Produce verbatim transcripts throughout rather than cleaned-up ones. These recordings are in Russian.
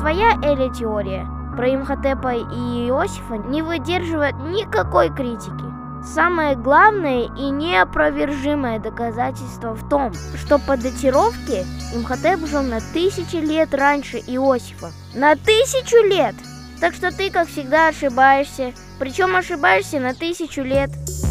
твоя, Эля, теория про Имхотепа и Иосифа не выдерживает никакой критики. Самое главное и неопровержимое доказательство в том, что по датировке Имхотеп жил на тысячи лет раньше Иосифа. На тысячу лет! Так что ты, как всегда, ошибаешься. Причем ошибаешься на тысячу лет.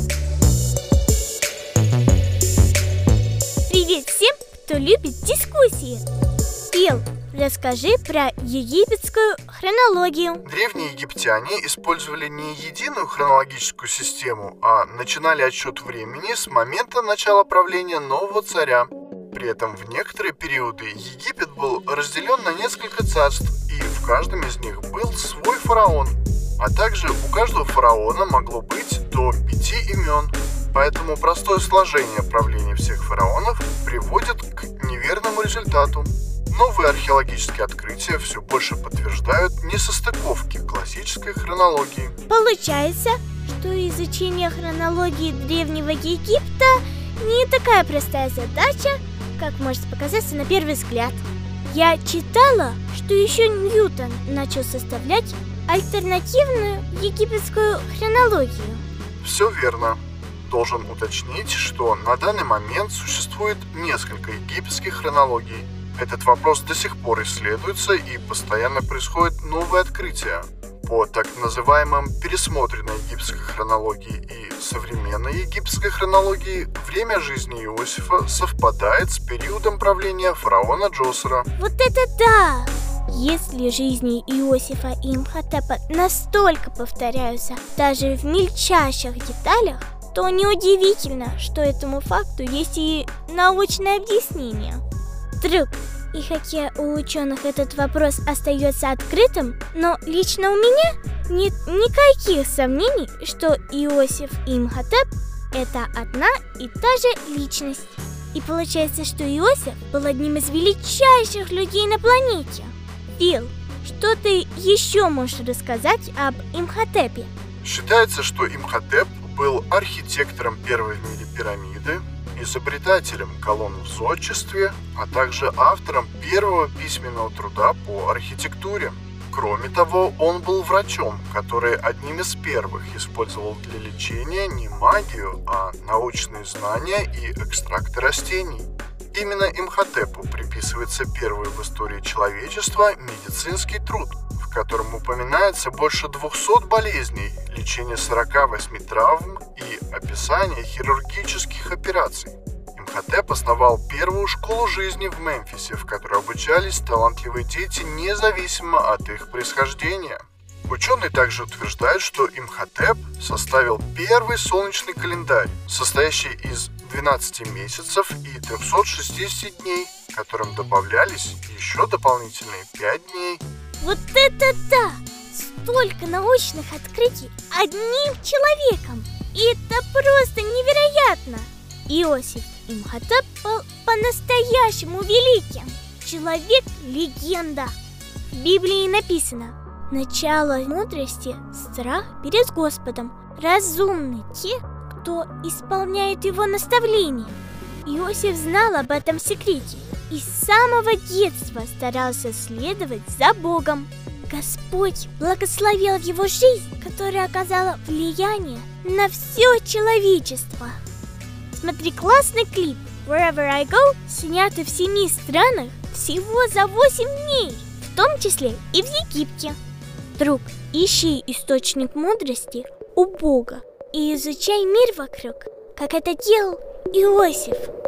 Привет всем, кто любит дискуссии. Фил, расскажи про египетскую хронологию. Древние египтяне использовали не единую хронологическую систему, а начинали отсчет времени с момента начала правления нового царя. При этом в некоторые периоды Египет был разделен на несколько царств, и в каждом из них был свой фараон. А также у каждого фараона могло быть до пяти имен. Поэтому простое сложение правления всех фараонов приводит к неверному результату. Новые археологические открытия все больше подтверждают несостыковки классической хронологии. Получается, что изучение хронологии Древнего Египта не такая простая задача, как может показаться на первый взгляд. Я читала, что еще Ньютон начал составлять альтернативную египетскую хронологию. Все верно. Должен уточнить, что на данный момент существует несколько египетских хронологий. Этот вопрос до сих пор исследуется, и постоянно происходят новые открытия. По так называемым пересмотренной египетской хронологии и современной египетской хронологии время жизни Иосифа совпадает с периодом правления фараона Джосера. Вот это да! Если жизни Иосифа и Имхотепа настолько повторяются даже в мельчайших деталях, то неудивительно, что этому факту есть и научное объяснение. Друг, и хотя у ученых этот вопрос остается открытым, но лично у меня нет никаких сомнений, что Иосиф и Имхотеп – это одна и та же личность. И получается, что Иосиф был одним из величайших людей на планете. Фил, что ты еще можешь рассказать об Имхотепе? Считается, что Имхотеп был архитектором первой в мире пирамиды, изобретателем колонн в зодчестве, а также автором первого письменного труда по архитектуре. Кроме того, он был врачом, который одним из первых использовал для лечения не магию, а научные знания и экстракты растений. Именно Имхотепу приписывается первый в истории человечества медицинский труд, в котором упоминается больше двухсот болезней, лечение сорока восьми травм и описание хирургических операций. Имхотеп основал первую школу жизни в Мемфисе, в которой обучались талантливые дети независимо от их происхождения. Ученые также утверждают, что Имхотеп составил первый солнечный календарь, состоящий из двенадцати месяцев и трёхсот шестидесяти дней, которым добавлялись еще дополнительные пять дней. Вот это да! Столько научных открытий одним человеком! И это просто невероятно! Иосиф Имхотеп был по-настоящему великим. Человек-легенда. В Библии написано: начало мудрости – страх перед Господом. Разумны те, кто исполняет его наставления. Иосиф знал об этом секрете и с самого детства старался следовать за Богом. Господь благословил его жизнь, которая оказала влияние на все человечество. Смотри классный клип «Wherever I Go», снятый в семи странах всего за восемь дней, в том числе и в Египте. Друг, ищи источник мудрости у Бога и изучай мир вокруг, как это делал Иосиф.